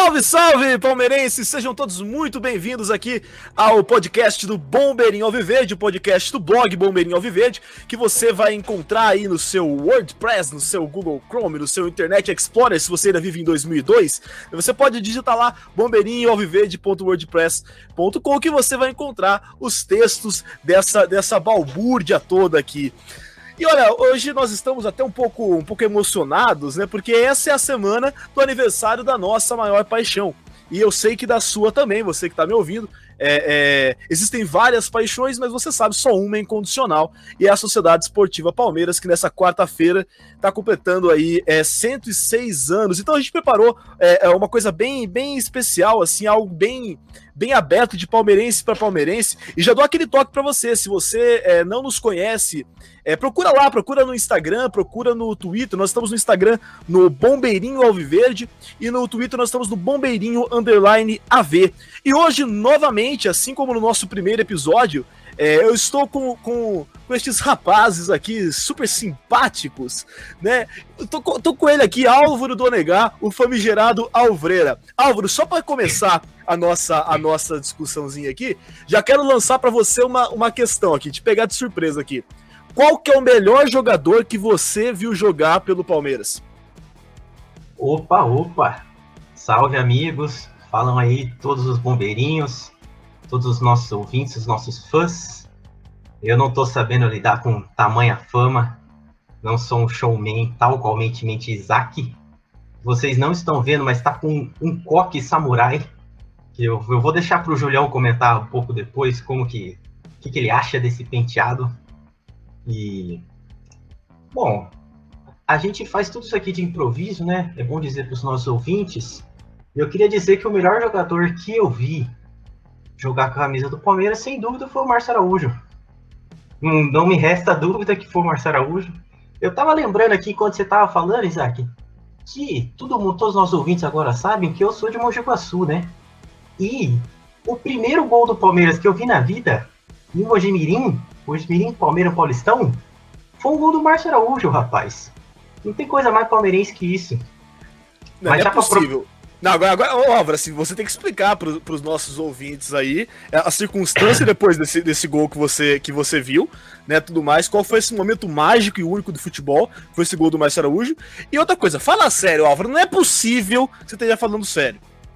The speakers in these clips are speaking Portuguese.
Salve, salve, palmeirenses! Sejam todos muito bem-vindos aqui ao podcast do Bombeirinho Alviverde, o podcast do blog Bombeirinho Alviverde, que você vai encontrar aí no seu WordPress, no seu Google Chrome, no seu Internet Explorer, se você ainda vive em 2002. Você pode digitar lá bombeirinhoalviverde.wordpress.com que você vai encontrar os textos dessa balbúrdia toda aqui. E olha, hoje nós estamos até um pouco emocionados, né? Porque essa é a semana do aniversário da nossa maior paixão. E eu sei que da sua também, você que está me ouvindo. Existem várias paixões, mas você sabe, só uma é incondicional. E é a Sociedade Esportiva Palmeiras, que nessa quarta-feira está completando aí 106 anos. Então a gente preparou uma coisa bem especial, assim, algo bem aberto de palmeirense para palmeirense. E já dou aquele toque para você, se você não nos conhece, procura lá, procura no Instagram, procura no Twitter. Nós estamos no Instagram no Bombeirinho Alviverde e no Twitter nós estamos no Bombeirinho_AV. E hoje, novamente, assim como no nosso primeiro episódio, eu estou com estes rapazes aqui super simpáticos, né? Eu tô com ele aqui, Álvaro Donegar, o famigerado Alvreira. Álvaro, só para começar a nossa discussãozinha aqui, já quero lançar para você uma questão aqui, te pegar de surpresa aqui. Qual que é o melhor jogador que você viu jogar pelo Palmeiras? Opa! Salve, amigos! Falam aí todos os bombeirinhos, todos os nossos ouvintes, os nossos fãs. Eu não tô sabendo lidar com tamanha fama, não sou um showman tal qualmente Isaac. Vocês não estão vendo, mas tá com um coque samurai, que eu vou deixar pro Julião comentar um pouco depois como que ele acha desse penteado. E, bom, a gente faz tudo isso aqui de improviso, né? É bom dizer para os nossos ouvintes. Eu queria dizer que o melhor jogador que eu vi jogar com a camisa do Palmeiras, sem dúvida, foi o Márcio Araújo. Não me resta dúvida que foi o Márcio Araújo. Eu tava lembrando aqui, quando você tava falando, Isaac, que todos os nossos ouvintes agora sabem que eu sou de Mogi Guaçu, né? E o primeiro gol do Palmeiras que eu vi na vida, em Mojimirim, Palmeiras Paulistão, foi um gol do Márcio Araújo, rapaz. Não tem coisa mais palmeirense que isso. Não, mas não é possível. Não, agora, Álvaro, assim, você tem que explicar para os nossos ouvintes aí a circunstância depois desse gol que você viu, né, tudo mais, qual foi esse momento mágico e único do futebol, foi esse gol do Márcio Araújo. E outra coisa, fala sério, Álvaro, não é possível que você esteja falando sério.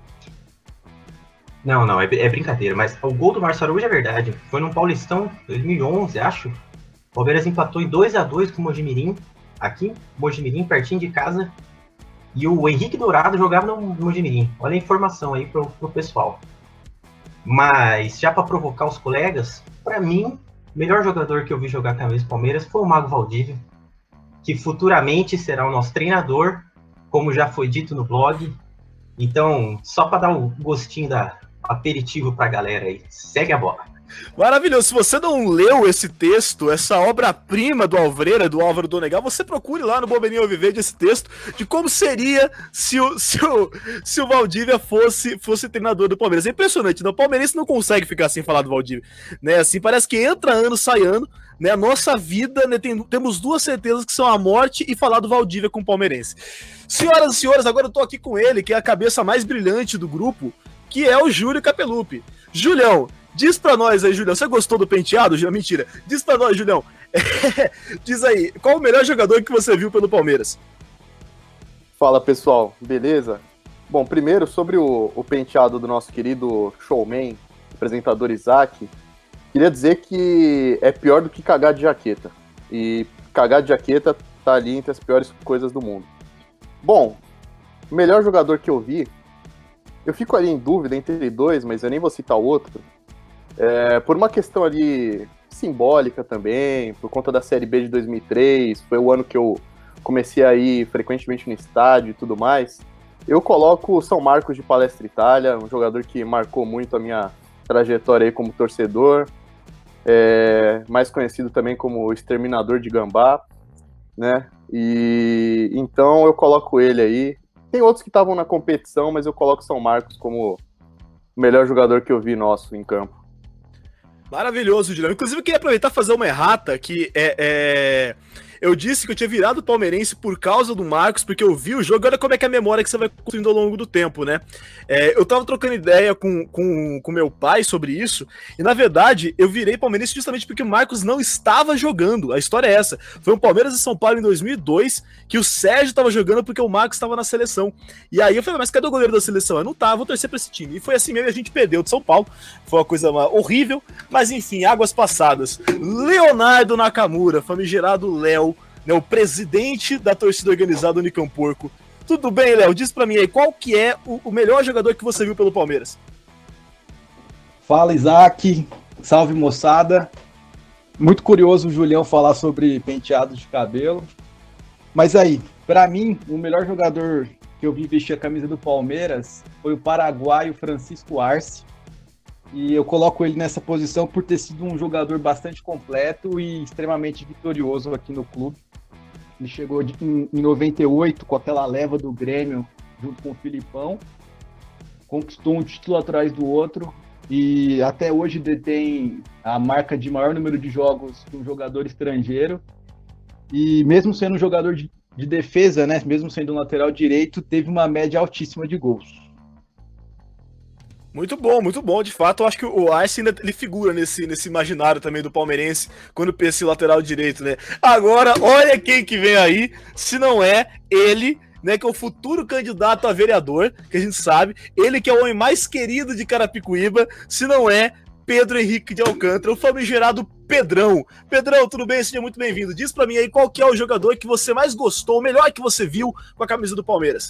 Não, é brincadeira, mas o gol do Márcio Araújo é verdade. Foi no Paulistão 2011, acho. O Palmeiras empatou em 2-2 com o Mojimirim, aqui, Mojimirim, pertinho de casa. E o Henrique Dourado jogava no Mojimirim. Olha a informação aí pro pessoal. Mas, já para provocar os colegas, para mim, o melhor jogador que eu vi jogar com a camisa do Palmeiras foi o Mago Valdívia, que futuramente será o nosso treinador, como já foi dito no blog. Então, só para dar um gostinho da aperitivo pra galera aí. Segue a bola. Maravilhoso. Se você não leu esse texto, essa obra-prima do Alvreira, do Álvaro Donegal, você procure lá no Bombeirinho Alviverde esse texto de como seria se o Valdívia fosse treinador do Palmeiras. É impressionante, né? O palmeirense não consegue ficar sem falar do Valdívia, né? Assim, parece que entra ano, sai ano, né? A nossa vida, né, temos duas certezas que são a morte e falar do Valdívia com o palmeirense. Senhoras e senhores, agora eu tô aqui com ele, que é a cabeça mais brilhante do grupo, que é o Júlio Capelupi. Julião, diz pra nós aí, Julião, você gostou do penteado? Mentira. Diz pra nós, Julião. Diz aí, qual o melhor jogador que você viu pelo Palmeiras? Fala, pessoal. Beleza? Bom, primeiro, sobre o penteado do nosso querido showman, apresentador Isaac, queria dizer que é pior do que cagar de jaqueta. E cagar de jaqueta tá ali entre as piores coisas do mundo. Bom, o melhor jogador que eu vi, eu fico ali em dúvida entre dois, mas eu nem vou citar o outro. Por uma questão ali simbólica também, por conta da Série B de 2003, foi o ano que eu comecei a ir frequentemente no estádio e tudo mais. Eu coloco o São Marcos de Palestra Itália, um jogador que marcou muito a minha trajetória aí como torcedor, mais conhecido também como o Exterminador de Gambá, né? E então eu coloco ele aí. Tem outros que estavam na competição, mas eu coloco o São Marcos como o melhor jogador que eu vi nosso em campo. Maravilhoso, Julião. Inclusive, eu queria aproveitar e fazer uma errata que Eu disse que eu tinha virado palmeirense por causa do Marcos, porque eu vi o jogo, olha como é que é a memória que você vai construindo ao longo do tempo, né? Eu tava trocando ideia com meu pai sobre isso, e na verdade eu virei palmeirense justamente porque o Marcos não estava jogando. A história é essa. Foi o Palmeiras e São Paulo em 2002, que o Sérgio estava jogando porque o Marcos estava na seleção. E aí eu falei, mas cadê o goleiro da seleção? Eu não tava, vou torcer pra esse time. E foi assim mesmo, a gente perdeu de São Paulo. Foi uma coisa horrível, mas enfim, águas passadas. Leonardo Nakamura, famigerado Léo, né, o presidente da torcida organizada Unicamporco. Tudo bem, Léo? Diz pra mim aí, qual que é o melhor jogador que você viu pelo Palmeiras? Fala, Isaac. Salve, moçada. Muito curioso o Julião falar sobre penteado de cabelo. Mas aí, pra mim, o melhor jogador que eu vi vestir a camisa do Palmeiras foi o paraguaio Francisco Arce. E eu coloco ele nessa posição por ter sido um jogador bastante completo e extremamente vitorioso aqui no clube. Ele chegou em 98 com aquela leva do Grêmio junto com o Filipão, conquistou um título atrás do outro e até hoje detém a marca de maior número de jogos de um jogador estrangeiro. E mesmo sendo um jogador de defesa, né, mesmo sendo um lateral direito, teve uma média altíssima de gols. Muito bom, de fato, eu acho que o Arce ainda ele figura nesse imaginário também do palmeirense, quando pensa em lateral direito, né? Agora, olha quem que vem aí, se não é ele, né, que é o futuro candidato a vereador, que a gente sabe, ele que é o homem mais querido de Carapicuíba, se não é Pedro Henrique de Alcântara, o famigerado Pedrão. Pedrão, tudo bem? Seja muito bem-vindo. Diz pra mim aí qual que é o jogador que você mais gostou, o melhor que você viu com a camisa do Palmeiras.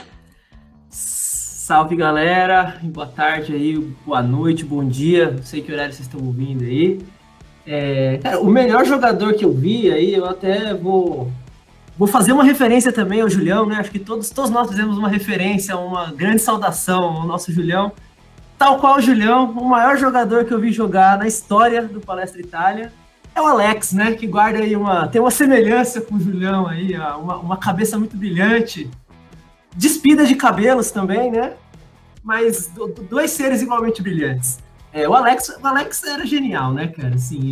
Salve, galera, boa tarde aí, boa noite, bom dia, não sei que horário vocês estão ouvindo aí. Cara, o melhor jogador que eu vi aí, eu até vou fazer uma referência também ao Julião, né? Acho que todos nós fizemos uma referência, uma grande saudação ao nosso Julião. Tal qual o Julião, o maior jogador que eu vi jogar na história do Palestra Itália é o Alex, né? Que guarda aí tem uma semelhança com o Julião aí, uma cabeça muito brilhante. Despida de cabelos também, né? Mas dois seres igualmente brilhantes. O Alex era genial, né, cara? Assim,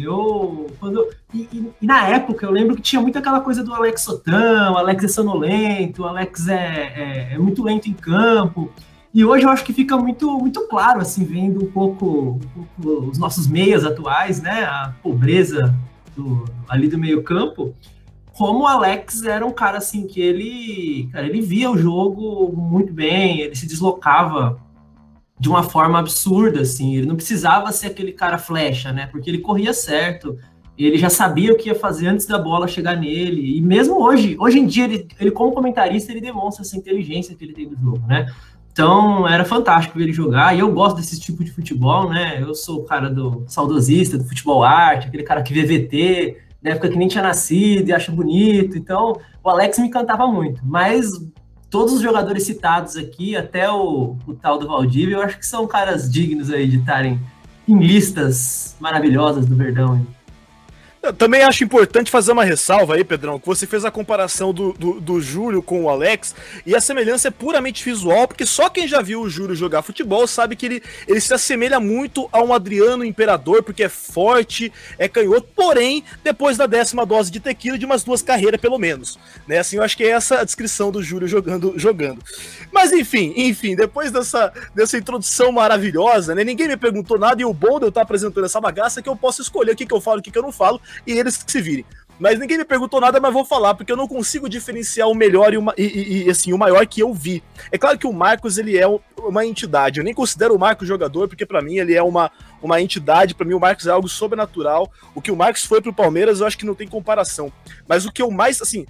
e na época eu lembro que tinha muito aquela coisa do Alex Sotão, o Alex é sonolento, o Alex é muito lento em campo. E hoje eu acho que fica muito, muito claro, assim, vendo um pouco os nossos meias atuais, né? A pobreza ali do meio campo. Como o Alex era um cara assim que ele via o jogo muito bem, ele se deslocava de uma forma absurda, assim, ele não precisava ser aquele cara flecha, né, porque ele corria certo, ele já sabia o que ia fazer antes da bola chegar nele, e mesmo hoje em dia, ele como comentarista, ele demonstra essa inteligência que ele tem no jogo, né, então era fantástico ver ele jogar, e eu gosto desse tipo de futebol, né, eu sou o cara do saudosista, do futebol arte, aquele cara que vê VT, na época que nem tinha nascido e acha bonito, então o Alex me encantava muito, mas todos os jogadores citados aqui, até o tal do Valdívia, eu acho que são caras dignos aí de estarem em listas maravilhosas do Verdão. Hein? Eu também acho importante fazer uma ressalva aí, Pedrão, que você fez a comparação do Júlio com o Alex, e a semelhança é puramente visual, porque só quem já viu o Júlio jogar futebol sabe que ele se assemelha muito a um Adriano Imperador, porque é forte, é canhoto, porém, depois da 10ª dose de tequila, de umas 2 carreiras pelo menos, né, assim, eu acho que é essa a descrição do Júlio jogando. Mas enfim, depois dessa introdução maravilhosa, né, ninguém me perguntou nada, e o bom de eu estar apresentando essa bagaça é que eu posso escolher o que eu falo e o que eu não falo, e eles que se virem. Mas ninguém me perguntou nada, mas vou falar, porque eu não consigo diferenciar o melhor e assim, o maior que eu vi. É claro que o Marcos, ele é uma entidade, eu nem considero o Marcos jogador, porque pra mim ele é uma entidade, pra mim o Marcos é algo sobrenatural. O que o Marcos foi pro Palmeiras, eu acho que não tem comparação. Mas o que eu mais, assim,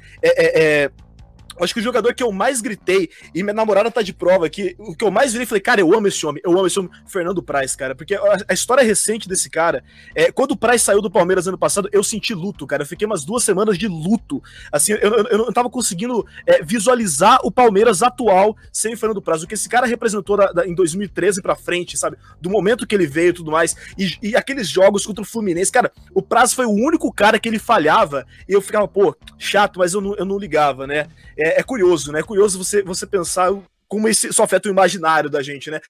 acho que o jogador que eu mais gritei, e minha namorada tá de prova aqui, o que eu mais virei e falei, cara, eu amo esse homem, Fernando Praz, cara, porque a história recente desse cara, quando o Praz saiu do Palmeiras ano passado, eu senti luto, cara, eu fiquei umas 2 semanas de luto, assim, eu não tava conseguindo visualizar o Palmeiras atual sem o Fernando Praz, o que esse cara representou em 2013 pra frente, sabe, do momento que ele veio e tudo mais, e aqueles jogos contra o Fluminense, cara, o Praz foi o único cara que ele falhava, e eu ficava, pô, chato, mas eu não ligava, né. É curioso, né? É curioso você pensar como isso afeta o imaginário da gente, né?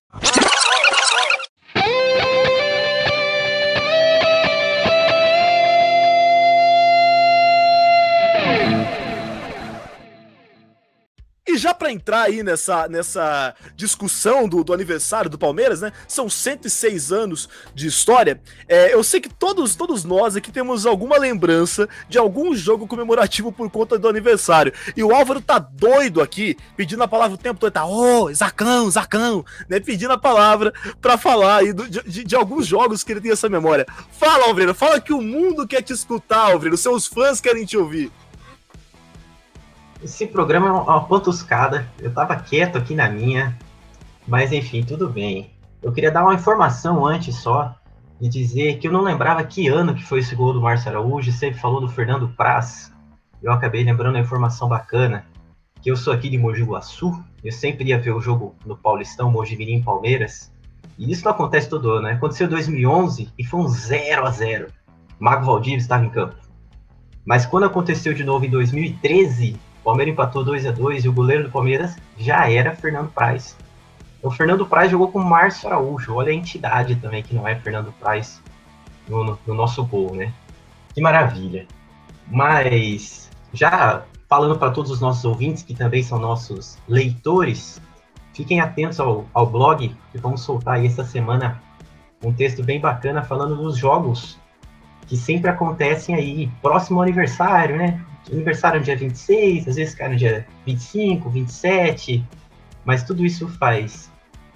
pra entrar aí nessa discussão do aniversário do Palmeiras, né? São 106 anos de história. Eu sei que todos nós aqui temos alguma lembrança de algum jogo comemorativo por conta do aniversário. E o Álvaro tá doido aqui, pedindo a palavra o tempo todo, tá, Zacão, né? Pedindo a palavra pra falar aí de alguns jogos que ele tem essa memória. Fala, Alvreira, fala que o mundo quer te escutar, Alvreira, os seus fãs querem te ouvir. Esse programa é uma pantuscada, eu tava quieto aqui na minha, mas enfim, tudo bem. Eu queria dar uma informação antes só, e dizer que eu não lembrava que ano que foi esse gol do Márcio Araújo, sempre falou do Fernando Praz, eu acabei lembrando uma informação bacana, que eu sou aqui de Mogi Guaçu, eu sempre ia ver o jogo no Paulistão, Mogi Mirim Palmeiras, e isso não acontece todo ano, né? Aconteceu em 2011 e foi um 0-0, Mago Valdívia estava em campo. Mas quando aconteceu de novo em 2013... o Palmeiras empatou 2-2 e o goleiro do Palmeiras já era Fernando Praz. O Fernando Praz jogou com o Márcio Araújo. Olha a entidade também que não é Fernando Praz no nosso gol, né? Que maravilha. Mas, já falando para todos os nossos ouvintes, que também são nossos leitores, fiquem atentos ao blog, que vamos soltar aí essa semana um texto bem bacana falando dos jogos que sempre acontecem aí, próximo ao aniversário, né? Aniversário no dia 26, às vezes cai no dia 25, 27, mas tudo isso faz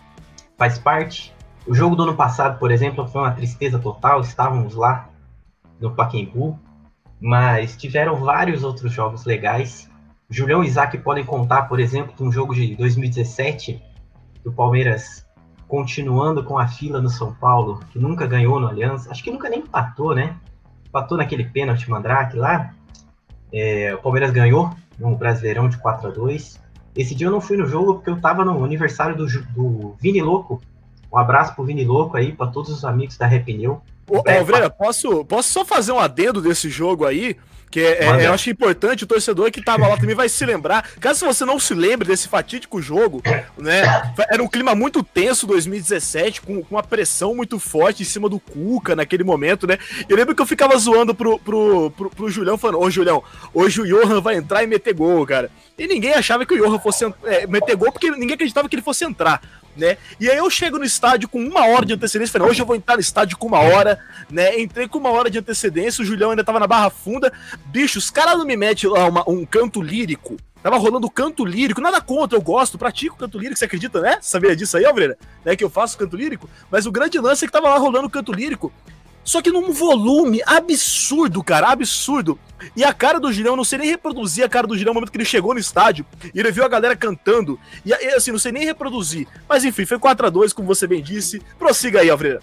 parte. O jogo do ano passado, por exemplo, foi uma tristeza total, estávamos lá no Pacaembu, mas tiveram vários outros jogos legais. Julião e Isaac podem contar, por exemplo, de um jogo de 2017, do Palmeiras continuando com a fila no São Paulo, que nunca ganhou no Allianz, acho que nunca nem empatou, né? Empatou naquele pênalti Mandrake lá. O Palmeiras ganhou no Brasileirão de 4-2. Esse dia eu não fui no jogo porque eu tava no aniversário do Vini Louco. Um abraço pro Vini Louco aí, para todos os amigos da Repneu. Alvreira, posso só fazer um adendo desse jogo aí? Que eu acho importante, o torcedor que tava lá também vai se lembrar. Caso você não se lembre desse fatídico jogo, né? Era um clima muito tenso 2017, com uma pressão muito forte em cima do Cuca naquele momento, né? Eu lembro que eu ficava zoando pro Julião, falando, ô Julião, hoje o Johan vai entrar e meter gol, cara. E ninguém achava que o Johan fosse meter gol, porque ninguém acreditava que ele fosse entrar, né? E aí eu chego no estádio com 1 hora de antecedência, falei, hoje eu vou entrar no estádio com 1 hora, né? Entrei com 1 hora de antecedência, o Julião ainda tava na Barra Funda. Bicho, os caras não me metem lá um canto lírico. Tava rolando canto lírico, nada contra, eu gosto, pratico canto lírico, você acredita, né? Sabia disso aí, Alvreira? Né, que eu faço canto lírico? Mas o grande lance é que tava lá rolando canto lírico, só que num volume absurdo, cara, absurdo. E a cara do Julião, não sei nem reproduzir a cara do Julião no momento que ele chegou no estádio e ele viu a galera cantando. E assim, não sei nem reproduzir. Mas enfim, foi 4-2, como você bem disse. Prossiga aí, Alvreira.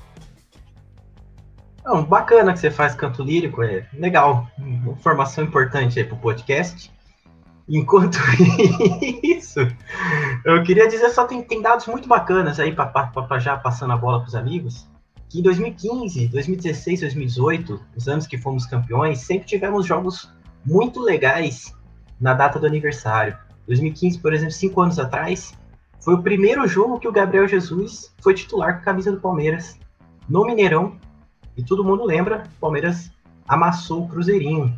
Não, bacana que você faz canto lírico, é legal. Informação importante aí pro podcast. Enquanto isso, eu queria dizer só tem dados muito bacanas aí para já passando a bola pros amigos. Que em 2015, 2016, 2018, os anos que fomos campeões, sempre tivemos jogos muito legais na data do aniversário. 2015, por exemplo, 5 anos atrás, foi o primeiro jogo que o Gabriel Jesus foi titular com a camisa do Palmeiras no Mineirão. E todo mundo lembra, o Palmeiras amassou o Cruzeirinho.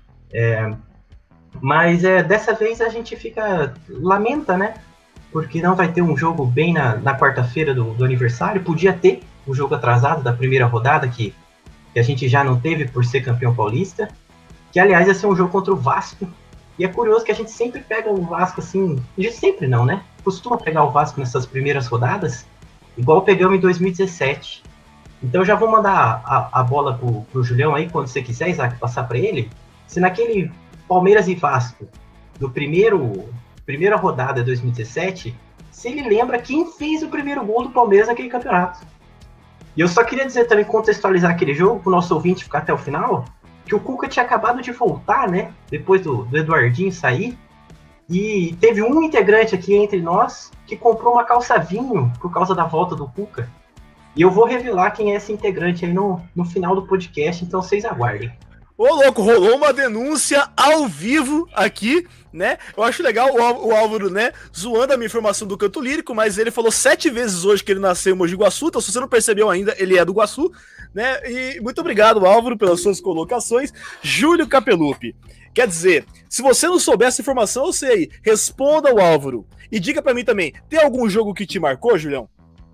Mas dessa vez a gente lamenta, né? Porque não vai ter um jogo bem na quarta-feira do aniversário. Podia ter o jogo atrasado da primeira rodada, que a gente já não teve por ser campeão paulista, que aliás ia ser um jogo contra o Vasco, e é curioso que a gente sempre pega o Vasco assim, sempre não, né? Costuma pegar o Vasco nessas primeiras rodadas, igual pegamos em 2017. Então eu já vou mandar a bola pro Julião aí, quando você quiser, Isaac, passar para ele, se naquele Palmeiras e Vasco, do primeira rodada de 2017, se ele lembra quem fez o primeiro gol do Palmeiras naquele campeonato. E eu só queria dizer também, contextualizar aquele jogo, para o nosso ouvinte ficar até o final, que o Cuca tinha acabado de voltar, né? Depois do Eduardinho sair. E teve um integrante aqui entre nós que comprou uma calça vinho por causa da volta do Cuca. E eu vou revelar quem é esse integrante aí no final do podcast, então vocês aguardem. Ô, louco, rolou uma denúncia ao vivo aqui, né? Eu acho legal o Álvaro, né, zoando a minha informação do canto lírico, mas ele falou 7 vezes hoje que ele nasceu em Mogi Guaçu, então se você não percebeu ainda, ele é do Guaçu, né? E muito obrigado, Álvaro, pelas suas colocações. Júlio Capelupi. Quer dizer, se você não souber essa informação, eu sei. Responda ao Álvaro. E diga pra mim também, tem algum jogo que te marcou, Julião?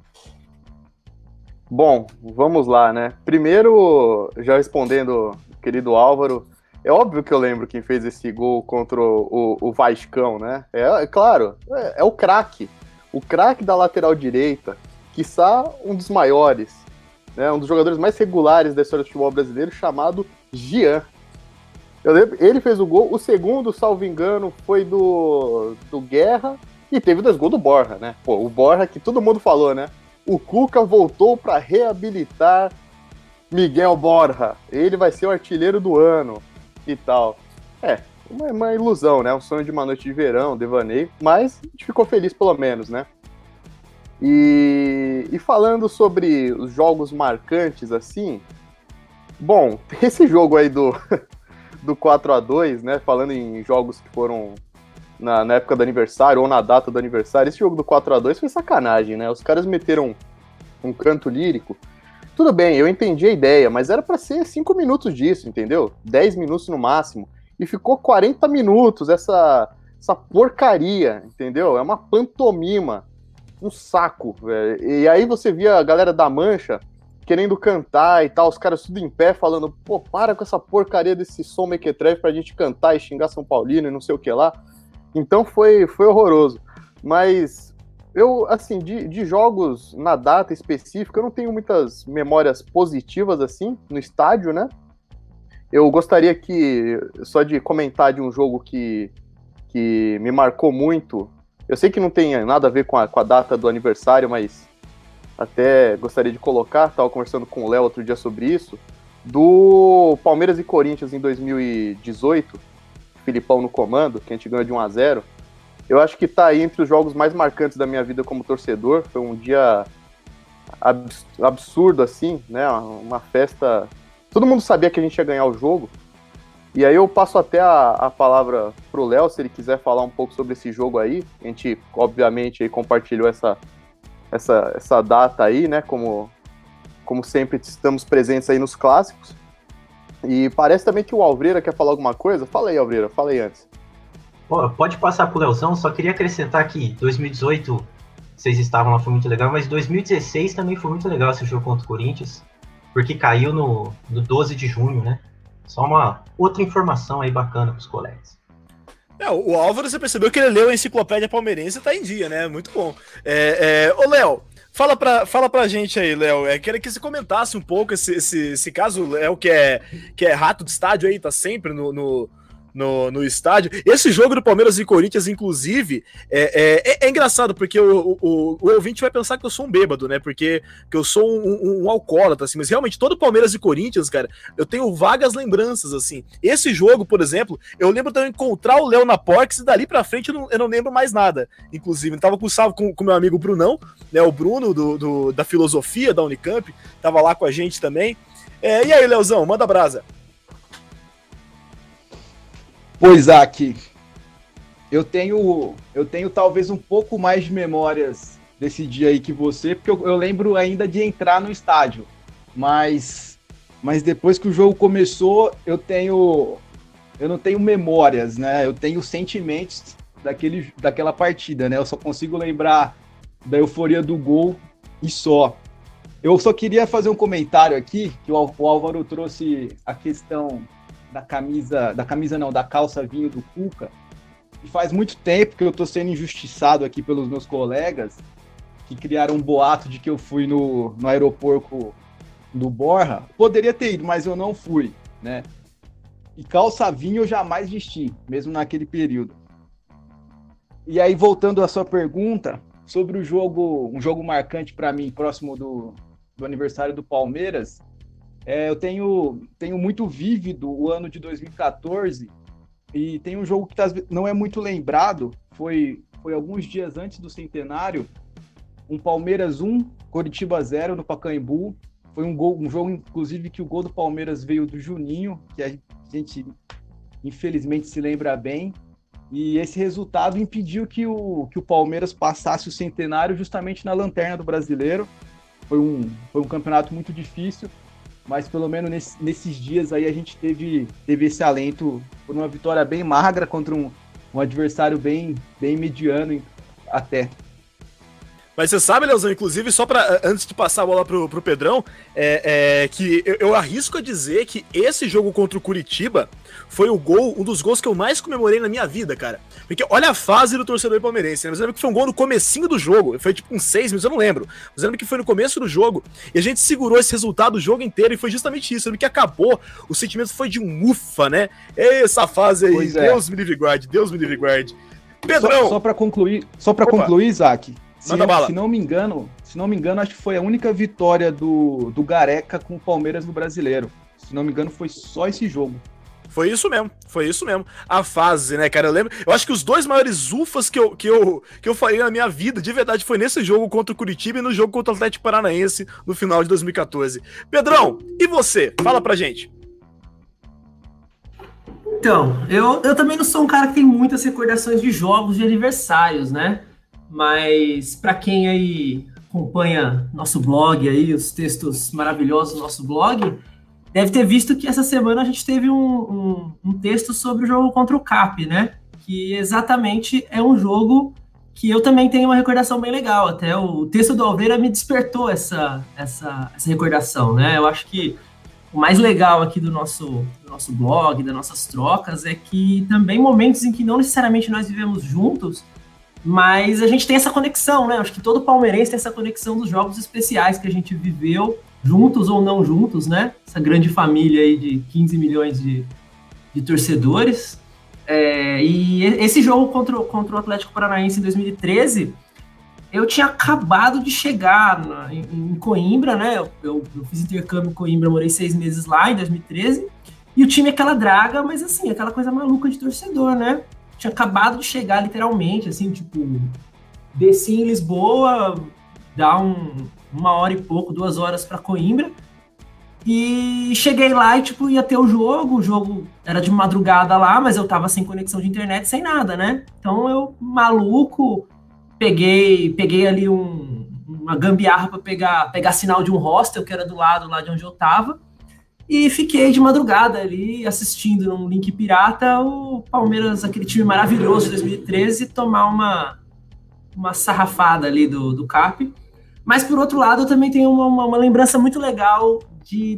Bom, vamos lá, né? Primeiro, já respondendo, querido Álvaro, é óbvio que eu lembro quem fez esse gol contra o Vascão, né? É claro, é o craque da lateral direita, quiçá um dos maiores, né? Um dos jogadores mais regulares da história do futebol brasileiro, chamado Jean. Eu lembro, ele fez o gol, o segundo, salvo engano, foi do Guerra, e teve 2 gols do Borja, né? Pô, o Borja que todo mundo falou, né? O Cuca voltou para reabilitar Miguel Borja. Ele vai ser o artilheiro do ano e tal. Uma ilusão, né? Um sonho de uma noite de verão, devaneio. Mas a gente ficou feliz pelo menos, né? E falando sobre os jogos marcantes, assim... Bom, esse jogo aí do 4-2, né? Falando em jogos que foram... Na época do aniversário, ou na data do aniversário, esse jogo do 4-2 foi sacanagem, né? Os caras meteram um canto lírico. Tudo bem, eu entendi a ideia, mas era pra ser 5 minutos disso, entendeu? 10 minutos no máximo. E ficou 40 minutos essa porcaria, entendeu? É uma pantomima. Um saco, velho. E aí você via a galera da Mancha querendo cantar e tal, os caras tudo em pé falando, pô, para com essa porcaria desse som mequetrefe pra gente cantar e xingar São Paulino e não sei o que lá. Então foi horroroso. Mas eu, assim, de jogos na data específica, eu não tenho muitas memórias positivas, assim, no estádio, né? Eu gostaria só de comentar de um jogo que me marcou muito. Eu sei que não tem nada a ver com a data do aniversário, mas até gostaria de colocar, estava conversando com o Léo outro dia sobre isso, do Palmeiras e Corinthians em 2018, Filipão no comando, que a gente ganhou de 1-0, eu acho que tá aí entre os jogos mais marcantes da minha vida como torcedor. Foi um dia absurdo, assim, né? Uma festa. Todo mundo sabia que a gente ia ganhar o jogo. E aí eu passo até a palavra pro Léo, se ele quiser falar um pouco sobre esse jogo aí. A gente, obviamente, aí compartilhou essa data aí, né? Como sempre, estamos presentes aí nos clássicos. E parece também que o Alvreira quer falar alguma coisa. Fala aí, Alvreira, fala aí antes. Pô, pode passar pro Leozão, só queria acrescentar que 2018 vocês estavam lá, foi muito legal, mas 2016 também foi muito legal esse jogo contra o Corinthians, porque caiu no 12 de junho, né? Só uma outra informação aí bacana pros colegas. O Álvaro, você percebeu que ele leu a enciclopédia palmeirense e tá em dia, né? Muito bom. Ô, Léo, fala pra gente aí, Léo. Queria que você comentasse um pouco esse caso. O Léo, que é rato de estádio aí, tá sempre no estádio. Esse jogo do Palmeiras e Corinthians, inclusive, é engraçado, porque o ouvinte vai pensar que eu sou um bêbado, né? Porque que eu sou um alcoólatra, assim. Mas realmente, todo Palmeiras e Corinthians, cara, eu tenho vagas lembranças, assim. Esse jogo, por exemplo, eu lembro de eu encontrar o Léo na Porx e dali pra frente eu não lembro mais nada. Inclusive, eu tava com meu amigo Brunão, né? O Bruno, da filosofia da Unicamp, tava lá com a gente também. E aí, Léozão, manda brasa. Pois, Isaac, eu tenho talvez um pouco mais de memórias desse dia aí que você, porque eu lembro ainda de entrar no estádio, mas depois que o jogo começou, eu não tenho memórias, né? Eu tenho sentimentos daquela partida, né? Eu só consigo lembrar da euforia do gol e só. Eu só queria fazer um comentário aqui, que o Álvaro trouxe a questão da calça vinho do Cuca, e faz muito tempo que eu tô sendo injustiçado aqui pelos meus colegas, que criaram um boato de que eu fui no aeroporto do Borja. Poderia ter ido, mas eu não fui, né? E calça vinho eu jamais vesti, mesmo naquele período. E aí, voltando à sua pergunta, sobre um jogo marcante para mim, próximo do aniversário do Palmeiras, eu tenho muito vívido o ano de 2014, e tem um jogo que não é muito lembrado, foi alguns dias antes do centenário, um Palmeiras 1, Coritiba 0 no Pacaembu, Foi um jogo, inclusive, que o gol do Palmeiras veio do Juninho, que a gente infelizmente se lembra bem. E esse resultado impediu que o Palmeiras passasse o centenário justamente na lanterna do Brasileiro. Foi um campeonato muito difícil, mas pelo menos nesses dias aí a gente teve esse alento por uma vitória bem magra contra um adversário bem mediano até. Mas você sabe, Leozão, inclusive, só para antes de passar a bola pro Pedrão, que eu arrisco a dizer que esse jogo contra o Curitiba foi um dos gols que eu mais comemorei na minha vida, cara. Porque olha a fase do torcedor palmeirense, né? Mas eu lembro que foi um gol no comecinho do jogo, foi tipo uns 6 minutos, eu não lembro. Mas eu lembro que foi no começo do jogo, e a gente segurou esse resultado o jogo inteiro, e foi justamente isso. Eu lembro que acabou, o sentimento foi de um ufa, né? Essa fase aí, Deus me livre e guarde, Deus me livre e guarde. Pedrão! Só para concluir, Isaac, Manda bala. Se não me engano, acho que foi a única vitória do Gareca com o Palmeiras no Brasileiro. Se não me engano, foi só esse jogo. Foi isso mesmo. A fase, né, cara? Eu acho que os dois maiores ufas que eu falei na minha vida, de verdade, foi nesse jogo contra o Curitiba e no jogo contra o Atlético Paranaense no final de 2014. Pedrão, e você? Fala pra gente. Então, eu também não sou um cara que tem muitas recordações de jogos de aniversários, né? Mas para quem aí acompanha nosso blog aí, os textos maravilhosos do nosso blog, deve ter visto que essa semana a gente teve um texto sobre o jogo contra o CAP, né? Que exatamente é um jogo que eu também tenho uma recordação bem legal. Até o texto do Alveira me despertou essa recordação, né? Eu acho que o mais legal aqui do nosso blog, das nossas trocas, é que também momentos em que não necessariamente nós vivemos juntos, mas a gente tem essa conexão, né? Acho que todo palmeirense tem essa conexão dos jogos especiais que a gente viveu, juntos ou não juntos, né? Essa grande família aí de 15 milhões de torcedores. E esse jogo contra o Atlético Paranaense em 2013, eu tinha acabado de chegar em Coimbra, né? Eu fiz intercâmbio em Coimbra, morei 6 meses lá em 2013, e o time é aquela draga, mas assim, aquela coisa maluca de torcedor, né? Tinha acabado de chegar, literalmente, assim, tipo, desci em Lisboa, dá 1h e pouco, 2 horas para Coimbra, e cheguei lá e, tipo, ia ter o jogo era de madrugada lá, mas eu tava sem conexão de internet, sem nada, né? Então eu, maluco, peguei ali uma gambiarra para pegar sinal de um hostel, que era do lado lá de onde eu tava, e fiquei de madrugada ali assistindo num link pirata o Palmeiras, aquele time maravilhoso de 2013, tomar uma sarrafada ali do CAP. Mas, por outro lado, eu também tenho uma lembrança muito legal de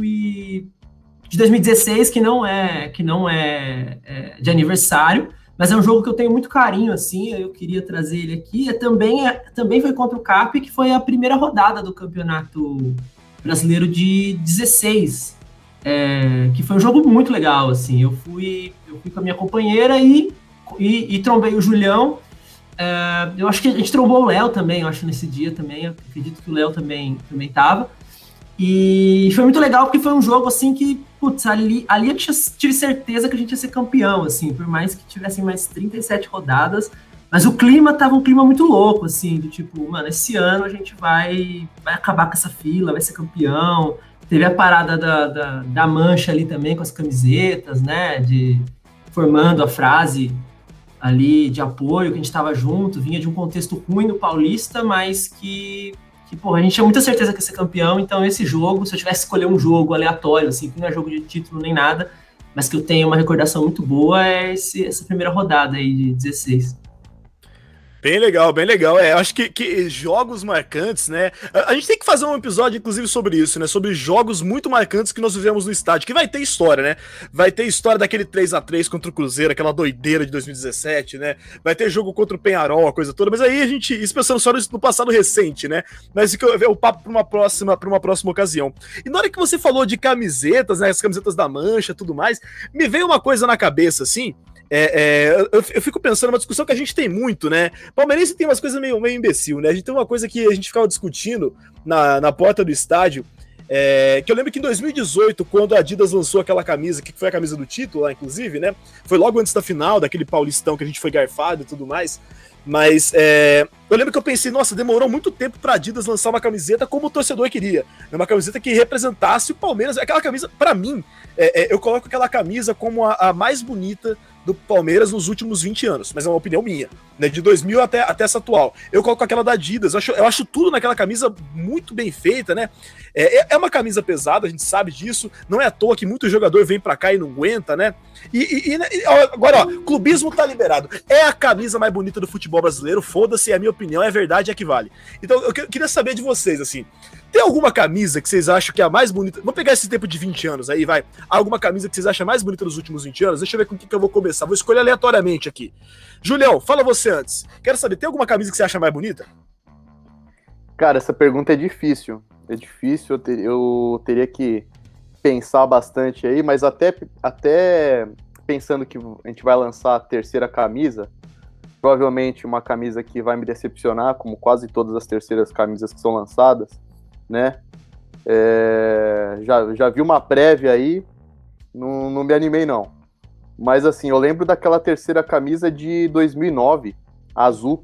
2016, que não é de aniversário, mas é um jogo que eu tenho muito carinho, assim, eu queria trazer ele aqui. Também foi contra o CAP, que foi a primeira rodada do Campeonato Brasileiro de 16, que foi um jogo muito legal, assim. Eu fui com a minha companheira e trombei o Julião. Eu acho que a gente trombou o Léo também, eu acho, nesse dia também. Eu acredito que o Léo também estava. E foi muito legal, porque foi um jogo, assim, que, putz, ali eu tive certeza que a gente ia ser campeão, assim, por mais que tivessem mais 37 rodadas. Mas o clima tava um clima muito louco, assim, do tipo, mano, esse ano a gente vai acabar com essa fila, vai ser campeão. Teve a parada da mancha ali também, com as camisetas, né, formando a frase ali de apoio, que a gente tava junto, vinha de um contexto ruim no Paulista, mas que porra, a gente tinha muita certeza que ia ser campeão. Então esse jogo, se eu tivesse que escolher um jogo aleatório, assim, que não é jogo de título nem nada, mas que eu tenho uma recordação muito boa, é essa primeira rodada aí de 16. Bem legal, bem legal. Acho que jogos marcantes, né? A gente tem que fazer um episódio, inclusive, sobre isso, né? Sobre jogos muito marcantes que nós vivemos no estádio, que vai ter história, né? Vai ter história daquele 3x3 contra o Cruzeiro, aquela doideira de 2017, né? Vai ter jogo contra o Penharol, a coisa toda, mas aí isso pensando só no passado recente, né? Mas fica o papo para uma próxima ocasião. E na hora que você falou de camisetas, né? As camisetas da mancha, tudo mais, me veio uma coisa na cabeça, assim. Eu fico pensando numa discussão que a gente tem muito, né? Palmeirense tem umas coisas meio imbecil, né? A gente tem uma coisa que a gente ficava discutindo na porta do estádio, Que eu lembro que em 2018, quando a Adidas lançou aquela camisa, que foi a camisa do título lá, inclusive, né? Foi logo antes da final, daquele Paulistão que a gente foi garfado e tudo mais. Mas eu lembro que eu pensei, nossa, demorou muito tempo pra Adidas lançar uma camiseta como o torcedor queria. Uma camiseta que representasse o Palmeiras. Aquela camisa, pra mim, eu coloco aquela camisa como a mais bonita do Palmeiras nos últimos 20 anos, mas é uma opinião minha, né, de 2000 até essa atual. Eu coloco aquela da Adidas, eu acho tudo naquela camisa muito bem feita, né? É uma camisa pesada, a gente sabe disso, não é à toa que muito jogador vem pra cá e não aguenta, né? Agora, ó, clubismo tá liberado. É a camisa mais bonita do futebol brasileiro, foda-se, é a minha opinião, é verdade, é que vale. Então, eu queria saber de vocês, assim, tem alguma camisa que vocês acham que é a mais bonita? Vamos pegar esse tempo de 20 anos aí, vai. Alguma camisa que vocês acham mais bonita dos últimos 20 anos? Deixa eu ver com o que eu vou começar. Vou escolher aleatoriamente aqui. Julião, fala você antes. Quero saber, tem alguma camisa que você acha mais bonita? Cara, essa pergunta é difícil. É difícil, eu teria que pensar bastante aí, mas até pensando que a gente vai lançar a terceira camisa, provavelmente uma camisa que vai me decepcionar, como quase todas as terceiras camisas que são lançadas, né? Já vi uma prévia aí, não me animei não. Mas assim, eu lembro daquela terceira camisa de 2009, azul.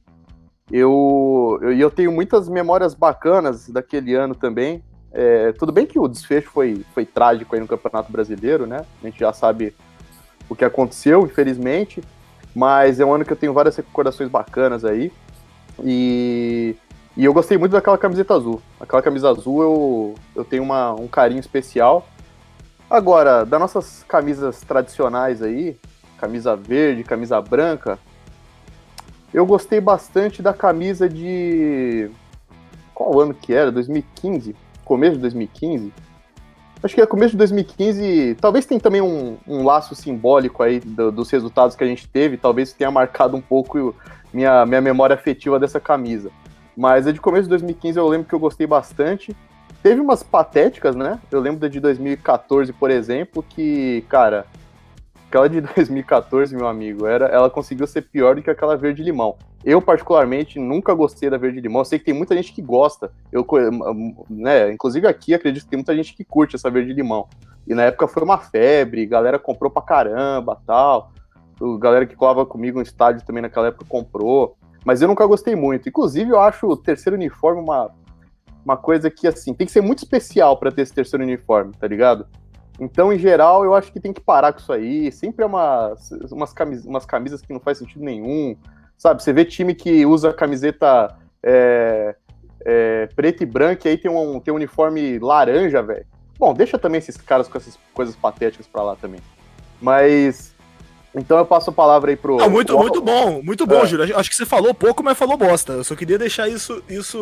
Eu tenho muitas memórias bacanas daquele ano também. Tudo bem que o desfecho foi trágico aí no Campeonato Brasileiro, né? A gente já sabe o que aconteceu, infelizmente. Mas é um ano que eu tenho várias recordações bacanas aí. E eu gostei muito daquela camiseta azul. Aquela camisa azul eu tenho um carinho especial. Agora, das nossas camisas tradicionais aí, camisa verde, camisa branca, eu gostei bastante da camisa de... Qual ano que era? 2015? Começo de 2015? Acho que é começo de 2015. Talvez tenha também um laço simbólico aí dos resultados que a gente teve. Talvez tenha marcado um pouco minha memória afetiva dessa camisa. Mas a de começo de 2015 eu lembro que eu gostei bastante. Teve umas patéticas, né? Eu lembro da de 2014, por exemplo, que, cara, aquela de 2014, meu amigo, ela conseguiu ser pior do que aquela verde-limão. Eu, particularmente, nunca gostei da verde-limão. Eu sei que tem muita gente que gosta. Né, inclusive aqui, acredito que tem muita gente que curte essa verde-limão. E na época foi uma febre, galera comprou pra caramba, tal. Galera que colava comigo no estádio também naquela época comprou. Mas eu nunca gostei muito. Inclusive, eu acho o terceiro uniforme uma coisa que, assim, tem que ser muito especial para ter esse terceiro uniforme, tá ligado? Então, em geral, eu acho que tem que parar com isso aí. Sempre é umas camisas que não faz sentido nenhum, sabe? Você vê time que usa camiseta preta e branca e aí tem um uniforme laranja, velho. Bom, deixa também esses caras com essas coisas patéticas pra lá também. Mas... Então eu passo a palavra aí pro... Muito bom, Júlio. Acho que você falou pouco, mas falou bosta. Eu só queria deixar isso...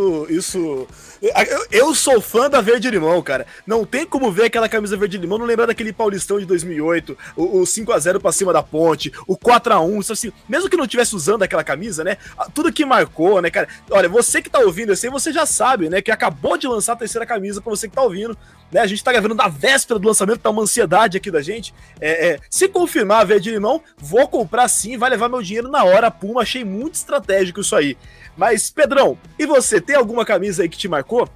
Eu sou fã da verde-limão, cara. Não tem como ver aquela camisa verde-limão, não lembrar daquele Paulistão de 2008, o 5x0 pra cima da Ponte, o 4x1, assim, mesmo que não estivesse usando aquela camisa, né, tudo que marcou, né, cara. Olha, você que tá ouvindo, assim, você já sabe, né, que acabou de lançar a terceira camisa pra você que tá ouvindo, né, a gente tá gravando na véspera do lançamento, tá uma ansiedade aqui da gente. Se confirmar a verde-limão, vou comprar sim, vai levar meu dinheiro na hora, Puma, achei muito estratégico isso aí. Mas, Pedrão, e você, tem alguma camisa aí que te marcou?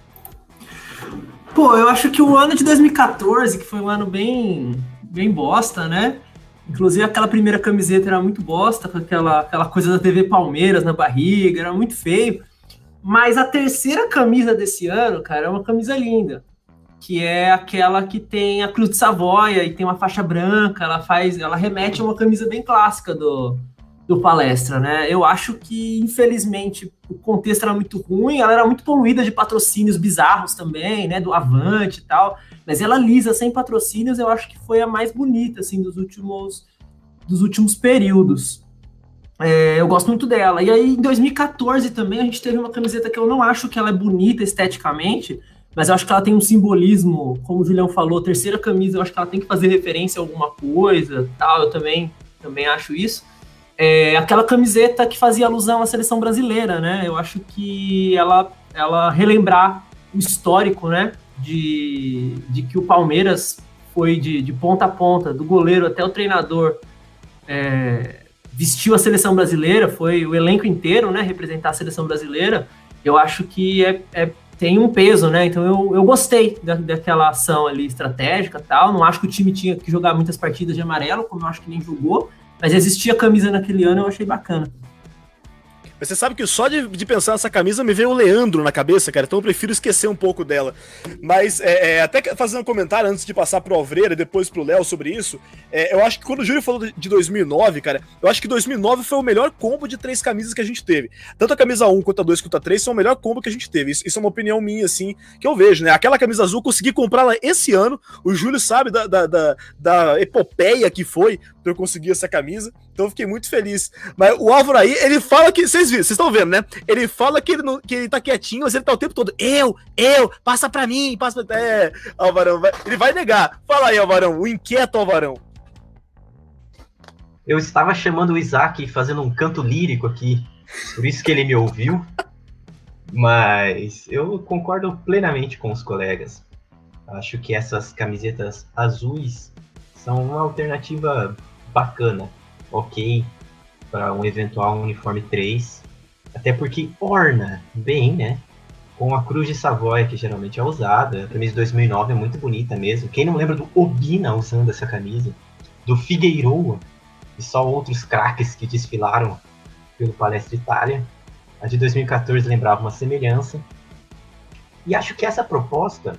Pô, eu acho que o ano de 2014, que foi um ano bem bosta, né? Inclusive aquela primeira camiseta era muito bosta, com aquela coisa da TV Palmeiras na barriga, era muito feio. Mas a terceira camisa desse ano, cara, é uma camisa linda. Que é aquela que tem a Cruz de Savoia e tem uma faixa branca, ela remete a uma camisa bem clássica do Palestra, né? Eu acho que, infelizmente, o contexto era muito ruim, ela era muito poluída de patrocínios bizarros também, né? Do Avante e tal, mas ela lisa, sem patrocínios, eu acho que foi a mais bonita, assim, dos últimos períodos. Eu gosto muito dela. E aí, em 2014 também, a gente teve uma camiseta que eu não acho que ela é bonita esteticamente, mas eu acho que ela tem um simbolismo, como o Julião falou, terceira camisa, eu acho que ela tem que fazer referência a alguma coisa, tal, eu também acho isso. Aquela camiseta que fazia alusão à seleção brasileira, né? Eu acho que ela relembrar o histórico, né? De que o Palmeiras foi de ponta a ponta, do goleiro até o treinador, vestiu a seleção brasileira, foi o elenco inteiro, né? Representar a seleção brasileira. Eu acho que tem um peso, né? Então eu gostei daquela ação ali estratégica e tal. Não acho que o time tinha que jogar muitas partidas de amarelo, como eu acho que nem jogou, mas existia camisa naquele ano, eu achei bacana. Mas você sabe que só de pensar nessa camisa me veio o Leandro na cabeça, cara, então eu prefiro esquecer um pouco dela. Mas, até fazendo um comentário antes de passar pro Alvreira e depois pro Léo sobre isso, eu acho que quando o Júlio falou de 2009, cara, eu acho que 2009 foi o melhor combo de 3 camisas que a gente teve. Tanto a camisa 1 quanto a 2 quanto a 3 são o melhor combo que a gente teve. Isso é uma opinião minha, assim, que eu vejo, né? Aquela camisa azul, eu consegui comprá-la esse ano, o Júlio sabe da epopeia que foi pra eu conseguir essa camisa, então eu fiquei muito feliz. Mas o Álvaro aí, ele fala que... Vocês estão vendo, né? Ele fala que ele tá quietinho, mas ele tá o tempo todo, passa pra mim, passa pra... Alvarão, ele vai negar. Fala aí, Alvarão, o inquieto Alvarão. Eu estava chamando o Isaac e fazendo um canto lírico aqui, por isso que ele me ouviu, mas eu concordo plenamente com os colegas. Acho que essas camisetas azuis são uma alternativa bacana, ok, para um eventual uniforme 3, até porque orna bem, né, com a cruz de Savoia, que geralmente é usada. A camisa de 2009 é muito bonita mesmo. Quem não lembra do Obina usando essa camisa, do Figueiroa, e só outros craques que desfilaram pelo Palestra Itália. A de 2014 lembrava uma semelhança. E acho que essa proposta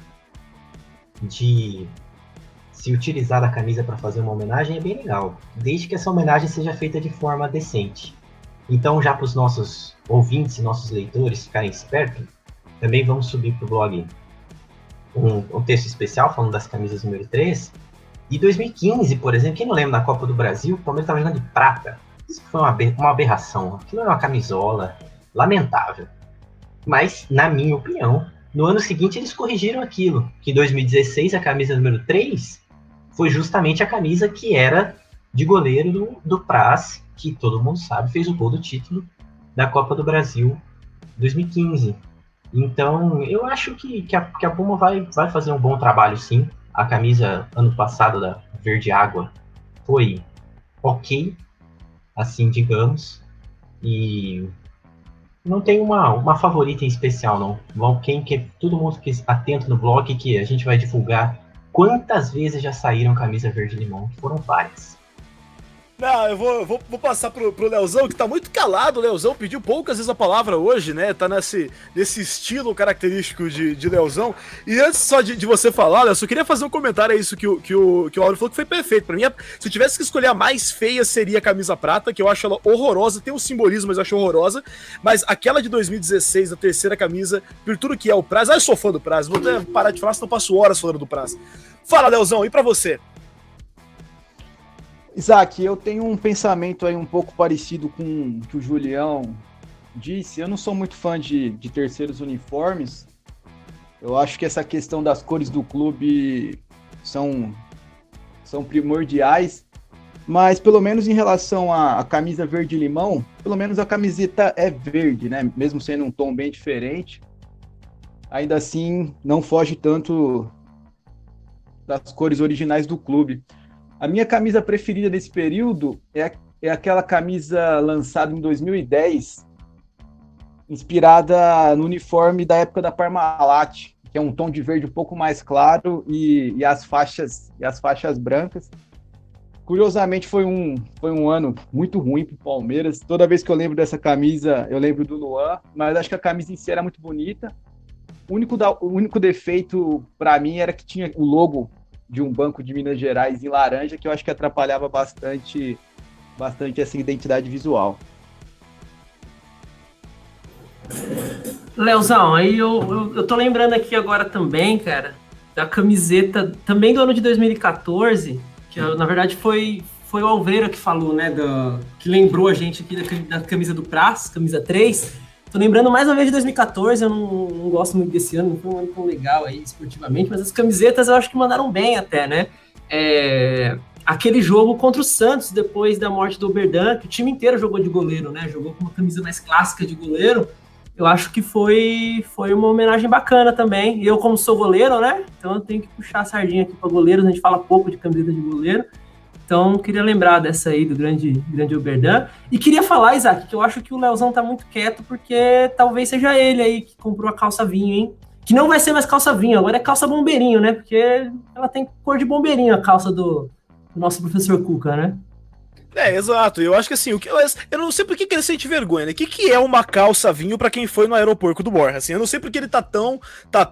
de se utilizar a camisa para fazer uma homenagem é bem legal, desde que essa homenagem seja feita de forma decente. Então, já para os nossos ouvintes e nossos leitores ficarem espertos, também vamos subir para o blog um texto especial falando das camisas número 3. E 2015, por exemplo, quem não lembra da Copa do Brasil, o Palmeiras estava jogando de prata. Isso foi uma aberração. Aquilo era uma camisola lamentável. Mas, na minha opinião, no ano seguinte eles corrigiram aquilo. Que em 2016 a camisa número 3 foi justamente a camisa que era de goleiro do Praz, que todo mundo sabe, fez o gol do título da Copa do Brasil 2015. Então, eu acho que a Puma vai fazer um bom trabalho, sim. A camisa ano passado da Verde Água foi ok, assim, digamos. E não tem uma favorita em especial, não. Todo mundo que atento no blog, que a gente vai divulgar quantas vezes já saíram camisa verde-limão, que foram várias. Não, eu vou passar pro Leozão, que tá muito calado. O Leozão pediu poucas vezes a palavra hoje, né? Tá nesse estilo característico de Leozão. E antes só de você falar, eu só queria fazer um comentário a isso que o Auro falou, que foi perfeito. Pra mim, se eu tivesse que escolher a mais feia, seria a camisa prata, que eu acho ela horrorosa. Tem um simbolismo, mas eu acho horrorosa. Mas aquela de 2016, a terceira camisa, por tudo que é o Praz. Eu sou fã do Praz, vou até parar de falar, senão eu passo horas falando do Praz. Fala, Leozão, e pra você? Isaac, eu tenho um pensamento aí um pouco parecido com o que o Julião disse. Eu não sou muito fã de terceiros uniformes. Eu acho que essa questão das cores do clube são primordiais. Mas pelo menos em relação à camisa verde-limão, pelo menos a camiseta é verde, né? Mesmo sendo um tom bem diferente. Ainda assim, não foge tanto das cores originais do clube. A minha camisa preferida desse período é aquela camisa lançada em 2010, inspirada no uniforme da época da Parmalat, que é um tom de verde um pouco mais claro e as faixas brancas. Curiosamente, foi um ano muito ruim para o Palmeiras. Toda vez que eu lembro dessa camisa, eu lembro do Luan, mas acho que a camisa em si era muito bonita. O único defeito para mim era que tinha o logo de um banco de Minas Gerais em laranja, que eu acho que atrapalhava bastante essa identidade visual. Leozão, aí eu tô lembrando aqui agora também, cara, da camiseta também do ano de 2014, que na verdade foi o Alveira que falou, né, que lembrou a gente aqui da camisa do Praz, camisa 3. Tô lembrando mais uma vez de 2014, eu não gosto muito desse ano, não foi um ano tão legal aí esportivamente, mas as camisetas eu acho que mandaram bem até, né? Aquele jogo contra o Santos, depois da morte do Oberdan, que o time inteiro jogou de goleiro, né? Jogou com uma camisa mais clássica de goleiro. Eu acho que foi uma homenagem bacana também. Eu, como sou goleiro, né? Então eu tenho que puxar a sardinha aqui para goleiros, a gente fala pouco de camiseta de goleiro. Então, queria lembrar dessa aí, do grande Oberdan. E queria falar, Isaac, que eu acho que o Leozão tá muito quieto, porque talvez seja ele aí que comprou a calça vinho, hein? que não vai ser mais calça vinho, agora é calça bombeirinho, né? Porque ela tem cor de bombeirinho, a calça do nosso professor Cuca, né? Exato. Eu acho que assim, eu não sei por que ele sente vergonha, né? O que é uma calça vinho pra quem foi no aeroporto do Borja? Assim, eu não sei porque ele tá tão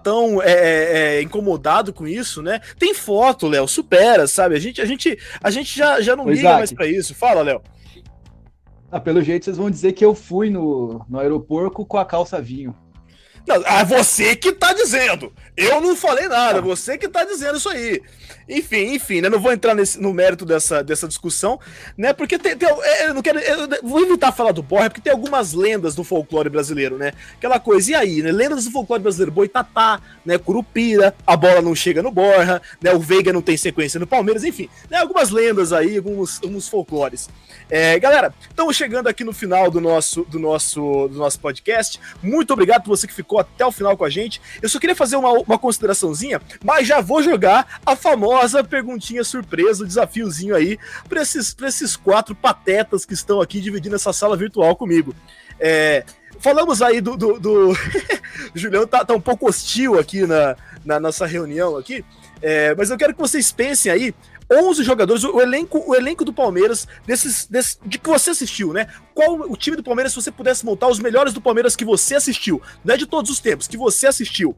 incomodado com isso, né? Tem foto, Léo, supera, sabe? A gente já não liga mais pra isso. Fala, Léo. Pelo jeito vocês vão dizer que eu fui no aeroporto com a calça vinho. Não, você que tá dizendo. Eu não falei nada, você que tá dizendo isso aí. Enfim, né? Não vou entrar no mérito dessa discussão, né? Porque eu vou evitar falar do Borja, porque tem algumas lendas do folclore brasileiro, né? Aquela coisa, e aí, né? Lendas do folclore brasileiro, Boitatá, né? Curupira, a bola não chega no Borja, né? O Veiga não tem sequência no Palmeiras, enfim, né? Algumas lendas aí, alguns folclores. Galera, estamos chegando aqui no final do nosso podcast. Muito obrigado por você que ficou até o final com a gente. Eu só queria fazer uma consideraçãozinha, mas já vou jogar a famosa perguntinha surpresa, o desafiozinho aí para esses 4 patetas que estão aqui dividindo essa sala virtual comigo. Falamos aí do... O Julião tá um pouco hostil aqui na nossa reunião aqui, mas eu quero que vocês pensem aí 11 jogadores, o elenco do Palmeiras, de que você assistiu, né? Qual o time do Palmeiras, se você pudesse montar os melhores do Palmeiras que você assistiu, não é de todos os tempos, que você assistiu.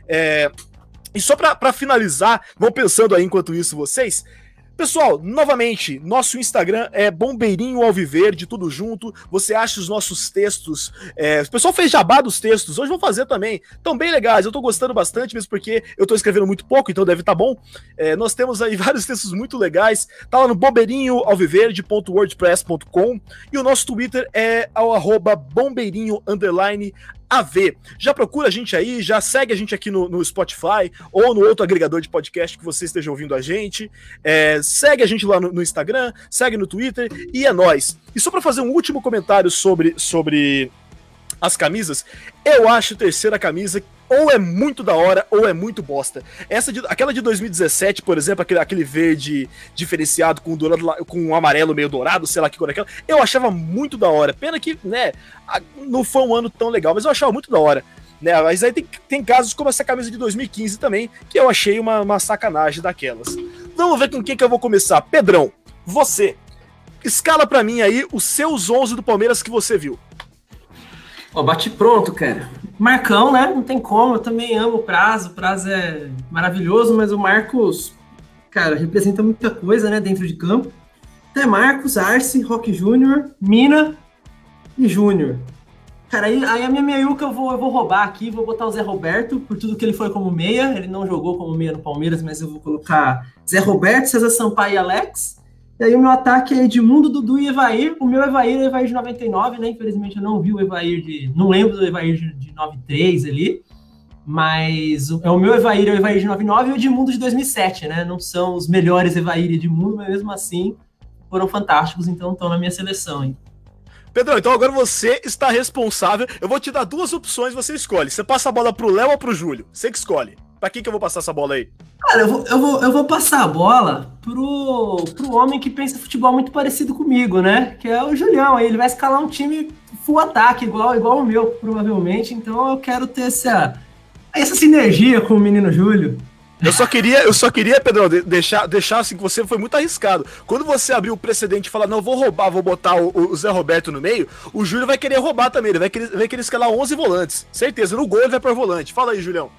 E só pra finalizar, vão pensando aí enquanto isso vocês. Pessoal, novamente, nosso Instagram é Bombeirinho Alviverde, tudo junto. Você acha os nossos textos... o pessoal fez jabá dos textos, hoje vou fazer também. Estão bem legais, eu tô gostando bastante, mesmo porque eu tô escrevendo muito pouco, então deve estar bom. Nós temos aí vários textos muito legais. Tá lá no bombeirinhoalviverde.wordpress.com e o nosso Twitter é ao @bombeirinho_AV. Já procura a gente aí, já segue a gente aqui no Spotify ou no outro agregador de podcast que você esteja ouvindo a gente. Segue a gente lá no Instagram, segue no Twitter e é nóis. E só para fazer um último comentário sobre as camisas, eu acho a terceira camisa ou é muito da hora ou é muito bosta. Aquela de 2017, por exemplo, aquele verde diferenciado com um amarelo meio dourado, sei lá que cor é aquela, eu achava muito da hora. Pena que, né, não foi um ano tão legal, mas eu achava muito da hora. Né, mas aí tem casos como essa camisa de 2015 também, que eu achei uma sacanagem daquelas. Vamos ver com quem que eu vou começar. Pedrão, você, escala pra mim aí os seus 11 do Palmeiras que você viu. Bate pronto, cara. Marcão, né? Não tem como, eu também amo o Prazo é maravilhoso, mas o Marcos, cara, representa muita coisa, né, dentro de campo. Então é Marcos, Arce, Roque Júnior, Mina e Júnior. Cara, aí a minha meiuca eu vou roubar aqui, vou botar o Zé Roberto, por tudo que ele foi como meia, ele não jogou como meia no Palmeiras, mas eu vou colocar Zé Roberto, César Sampaio e Alex. E aí o meu ataque é Edmundo, Dudu e Evair. O meu Evair é o Evair de 99, né? Infelizmente eu não vi o Evair não lembro do Evair de 93 ali. Mas o meu Evair é o Evair de 99 e o Edmundo de 2007, né? Não são os melhores Evair e Edmundo, mas mesmo assim foram fantásticos, então estão na minha seleção, hein? Pedrão, então agora você está responsável. Eu vou te dar 2 opções, você escolhe. Você passa a bola pro Léo ou pro Júlio? Você que escolhe. Pra quem que eu vou passar essa bola aí? Cara, eu vou passar a bola pro homem que pensa futebol muito parecido comigo, né? Que é o Julião. Aí ele vai escalar um time full ataque, igual o meu, provavelmente. Então eu quero ter essa sinergia com o menino Júlio. Eu só queria, Pedrão, deixar assim que você foi muito arriscado. Quando você abriu o precedente e falar, não, vou botar o Zé Roberto no meio, o Júlio vai querer roubar também. Ele vai querer escalar 11 volantes. Certeza, no gol ele vai por volante. Fala aí, Julião.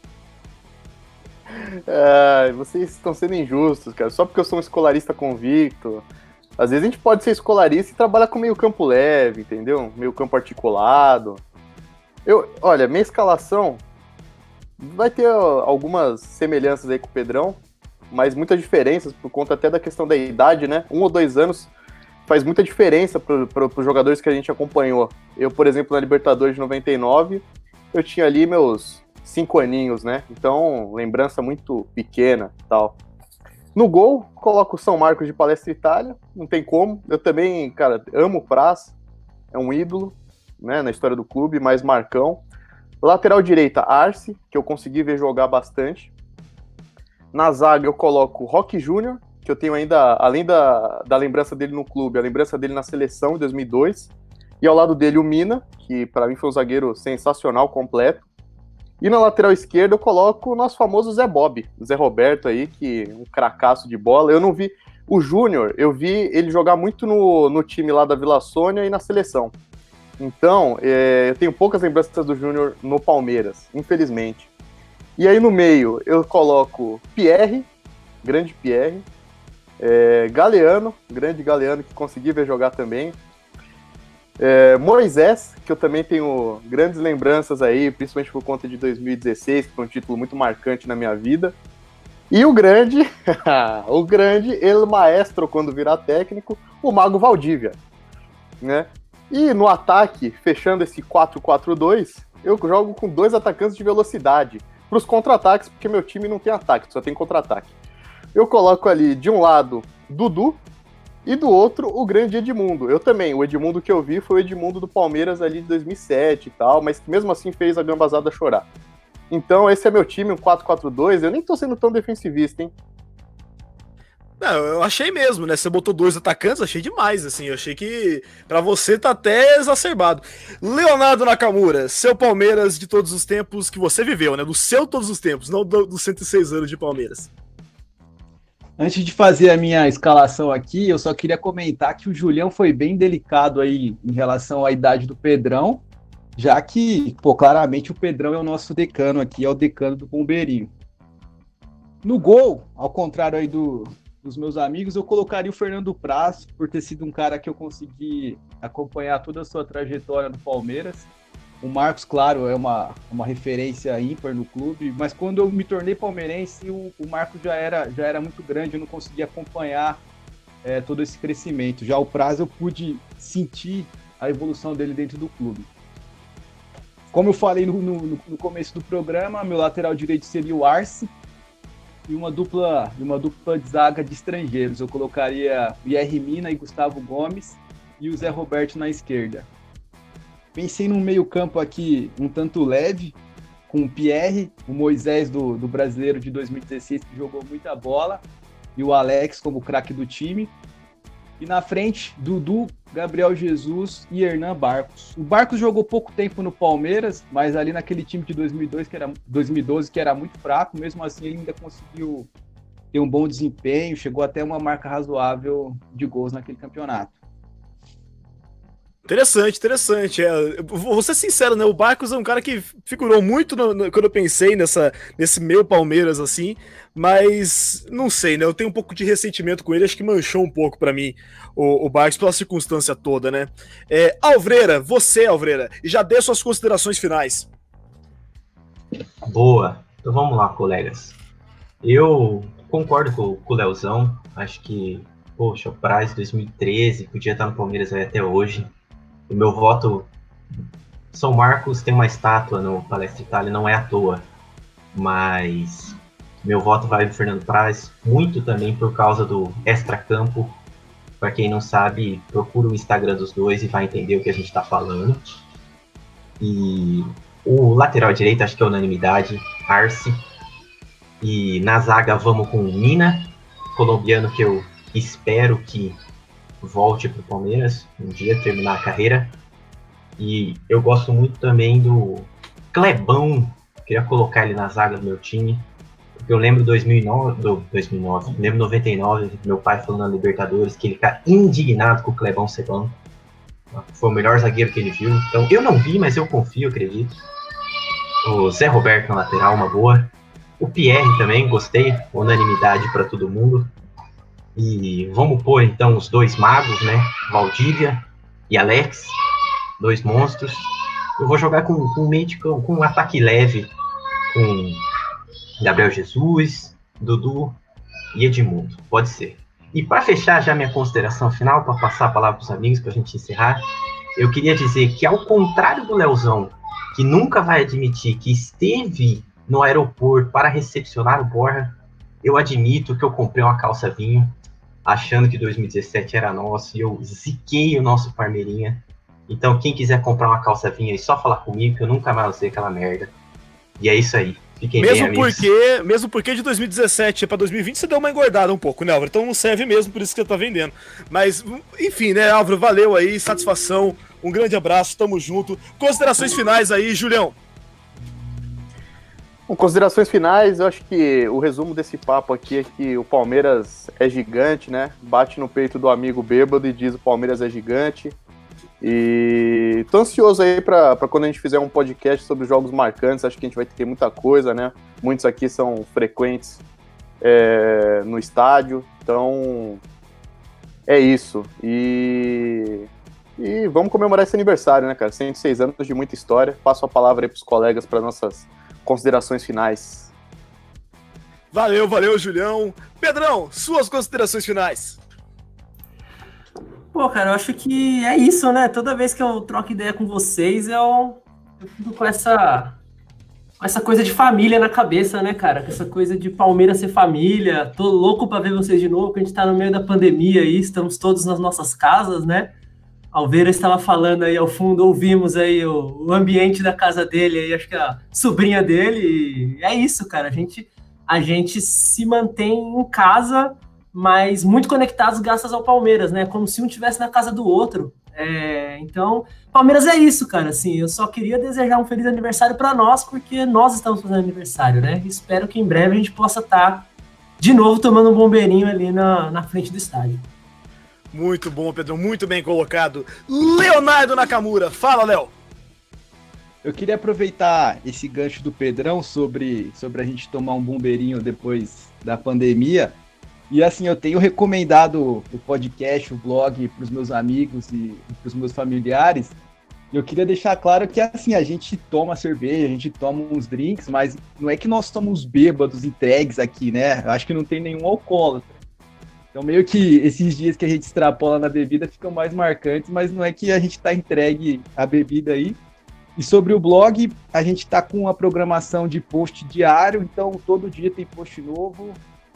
Vocês estão sendo injustos, cara. Só porque eu sou um escolarista convicto. Às vezes a gente pode ser escolarista e trabalhar com meio campo leve, entendeu? Meio campo articulado. Olha, minha escalação vai ter algumas semelhanças aí com o Pedrão, mas muitas diferenças por conta até da questão da idade, né? 1 ou 2 anos faz muita diferença para os jogadores que a gente acompanhou. Eu, por exemplo, na Libertadores de 99, eu tinha ali meus 5 aninhos, né? Então, lembrança muito pequena e tal. No gol, coloco o São Marcos de Palestra Itália, não tem como. Eu também, cara, amo o Praz, é um ídolo, né, na história do clube, mais Marcão. Lateral direita, Arce, que eu consegui ver jogar bastante. Na zaga eu coloco Roque Júnior, que eu tenho ainda, além da lembrança dele no clube, a lembrança dele na seleção em 2002. E ao lado dele o Mina, que para mim foi um zagueiro sensacional, completo. E na lateral esquerda eu coloco o nosso famoso Zé Bob, o Zé Roberto aí, que um cracaço de bola. Eu não vi o Júnior, eu vi ele jogar muito no time lá da Vila Sônia e na seleção. Então, eu tenho poucas lembranças do Júnior no Palmeiras, infelizmente. E aí no meio eu coloco Pierre, grande Pierre, Galeano, grande Galeano, que consegui ver jogar também. Moisés, que eu também tenho grandes lembranças aí, principalmente por conta de 2016, que foi um título muito marcante na minha vida. E o grande, o grande El Maestro, quando virar técnico, o Mago Valdívia, né? E no ataque, fechando esse 4-4-2, eu jogo com 2 atacantes de velocidade para os contra-ataques, porque meu time não tem ataque, só tem contra-ataque. Eu coloco ali, de um lado, Dudu, e do outro, o grande Edmundo. Eu também, o Edmundo que eu vi foi o Edmundo do Palmeiras ali de 2007 e tal, mas que mesmo assim fez a gambazada chorar. Então esse é meu time, um 4-4-2, eu nem tô sendo tão defensivista, hein? Não, eu achei mesmo, né? Você botou 2 atacantes, achei demais, assim. Eu achei que pra você tá até exacerbado. Leonardo Nakamura, seu Palmeiras de todos os tempos que você viveu, né? Do seu todos os tempos, não dos 106 anos de Palmeiras. Antes de fazer a minha escalação aqui, eu só queria comentar que o Julião foi bem delicado aí em relação à idade do Pedrão, já que, pô, claramente o Pedrão é o nosso decano aqui, é o decano do Bombeirinho. No gol, ao contrário aí dos meus amigos, eu colocaria o Fernando Praz, por ter sido um cara que eu consegui acompanhar toda a sua trajetória no Palmeiras. O Marcos, claro, é uma referência ímpar no clube, mas quando eu me tornei palmeirense, o Marcos já era muito grande, eu não conseguia acompanhar todo esse crescimento. Já o Praz eu pude sentir a evolução dele dentro do clube. Como eu falei no começo do programa, meu lateral direito seria o Arce, e uma dupla de zaga de estrangeiros. Eu colocaria o Yerry Mina e Gustavo Gomes, e o Zé Roberto na esquerda. Pensei num meio-campo aqui um tanto leve, com o Pierre, o Moisés do Brasileiro de 2016, que jogou muita bola, e o Alex como craque do time. E na frente, Dudu, Gabriel Jesus e Hernan Barcos. O Barcos jogou pouco tempo no Palmeiras, mas ali naquele time de 2012, que era muito fraco, mesmo assim ele ainda conseguiu ter um bom desempenho, chegou até uma marca razoável de gols naquele campeonato. Interessante. Vou ser sincero, né? O Barcos é um cara que figurou muito quando eu pensei nesse meu Palmeiras, assim, mas não sei, né? Eu tenho um pouco de ressentimento com ele, acho que manchou um pouco pra mim o Barcos pela circunstância toda, né? Alvreira, e já dê suas considerações finais. Boa. Então vamos lá, colegas. Eu concordo com o Leozão, acho que, poxa, o Praz 2013 podia estar no Palmeiras aí até hoje. O meu voto, São Marcos tem uma estátua no Palestra Itália, não é à toa, mas meu voto vai no Fernando Praz, muito também por causa do extracampo. Para quem não sabe, procura o Instagram dos dois e vai entender o que a gente está falando. E o lateral direito, acho que é unanimidade, Arce. E na zaga vamos com o Mina, colombiano, que eu espero que volte para o Palmeiras um dia, terminar a carreira. E eu gosto muito também do Clebão, queria colocar ele na zaga do meu time, porque eu lembro 2009, lembro 99, meu pai falando na Libertadores que ele fica indignado com o Clebão ser banco. Foi o melhor zagueiro que ele viu. Então eu não vi, mas eu confio, acredito. O Zé Roberto na lateral, uma boa. O Pierre também, gostei, unanimidade para todo mundo. E vamos pôr então os dois magos, né? Valdívia e Alex, 2 monstros. Eu vou jogar com um ataque leve, com Gabriel Jesus, Dudu e Edmundo, pode ser. E para fechar já minha consideração final, para passar a palavra para os amigos, para a gente encerrar, eu queria dizer que, ao contrário do Leozão, que nunca vai admitir que esteve no aeroporto para recepcionar o Borja, eu admito que eu comprei uma calça vinho, achando que 2017 era nosso, e eu ziquei o nosso Parmeirinha. Então, quem quiser comprar uma calça vinho aí, só falar comigo, que eu nunca mais usei aquela merda. E é isso aí. Fiquem bem, amigos. Mesmo porque de 2017 para 2020 você deu uma engordada um pouco, né, Álvaro? Então não serve mesmo, por isso que você tá vendendo. Mas, enfim, né, Álvaro, valeu aí, satisfação, um grande abraço, tamo junto. Considerações finais aí, Julião. Bom, considerações finais, eu acho que o resumo desse papo aqui é que o Palmeiras é gigante, né? Bate no peito do amigo bêbado e diz o Palmeiras é gigante. E tô ansioso aí pra quando a gente fizer um podcast sobre jogos marcantes, acho que a gente vai ter muita coisa, né? Muitos aqui são frequentes no estádio, então é isso. E vamos comemorar esse aniversário, né, cara? 106 anos de muita história. Passo a palavra aí pros colegas para nossas considerações finais. Valeu, Julião. Pedrão, suas considerações finais. Pô, cara, eu acho que é isso, né? Toda vez que eu troco ideia com vocês, eu fico com essa coisa de família na cabeça, né, cara? Com essa coisa de Palmeiras ser família. Tô louco pra ver vocês de novo, que a gente tá no meio da pandemia aí, estamos todos nas nossas casas, né? Alveira estava falando aí ao fundo, ouvimos aí o ambiente da casa dele, aí, acho que a sobrinha dele, e é isso, cara, a gente se mantém em casa, mas muito conectados graças ao Palmeiras, né, como se um estivesse na casa do outro, então, Palmeiras é isso, cara, assim, eu só queria desejar um feliz aniversário para nós, porque nós estamos fazendo aniversário, né, espero que em breve a gente possa estar de novo tomando um bombeirinho ali na frente do estádio. Muito bom, Pedro, muito bem colocado. Leonardo Nakamura, fala, Léo. Eu queria aproveitar esse gancho do Pedrão sobre a gente tomar um bombeirinho depois da pandemia. E assim, eu tenho recomendado o podcast, o blog para os meus amigos e para os meus familiares. E eu queria deixar claro que assim, a gente toma cerveja, a gente toma uns drinks, mas não é que nós somos bêbados entregues aqui, né? Eu acho que não tem nenhum alcoólatra. Então, meio que esses dias que a gente extrapola na bebida ficam mais marcantes, mas não é que a gente está entregue à bebida aí. E sobre o blog, a gente está com uma programação de post diário, então todo dia tem post novo.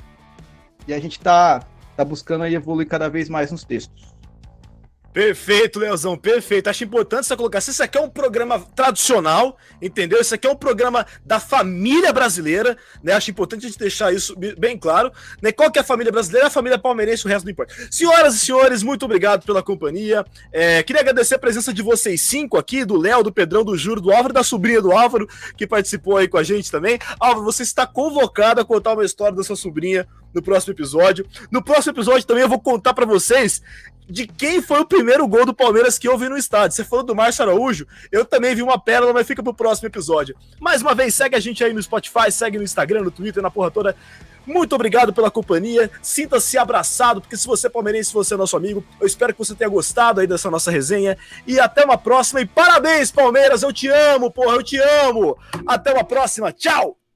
E a gente está buscando aí evoluir cada vez mais nos textos. Perfeito, Leozão, perfeito. Acho importante você colocar. Isso aqui é um programa tradicional, entendeu? Isso aqui é um programa da família brasileira, né? Acho importante a gente deixar isso bem claro, né? Qual que é a família brasileira? A família palmeirense, o resto não importa. Senhoras e senhores, muito obrigado pela companhia. Queria agradecer a presença de vocês 5 aqui, do Léo, do Pedrão, do Júlio, do Álvaro, da sobrinha do Álvaro, que participou aí com a gente também. Álvaro, você está convocado a contar uma história da sua sobrinha no próximo episódio. No próximo episódio também eu vou contar para vocês de quem foi o primeiro gol do Palmeiras que eu vi no estádio. Você falou do Márcio Araújo, eu também vi uma pérola, mas fica pro próximo episódio. Mais uma vez, segue a gente aí no Spotify, segue no Instagram, no Twitter, na porra toda. Muito obrigado pela companhia, sinta-se abraçado, porque se você é palmeirense, você é nosso amigo. Eu espero que você tenha gostado aí dessa nossa resenha, e até uma próxima, e parabéns, Palmeiras, eu te amo, porra, eu te amo. Até uma próxima, tchau!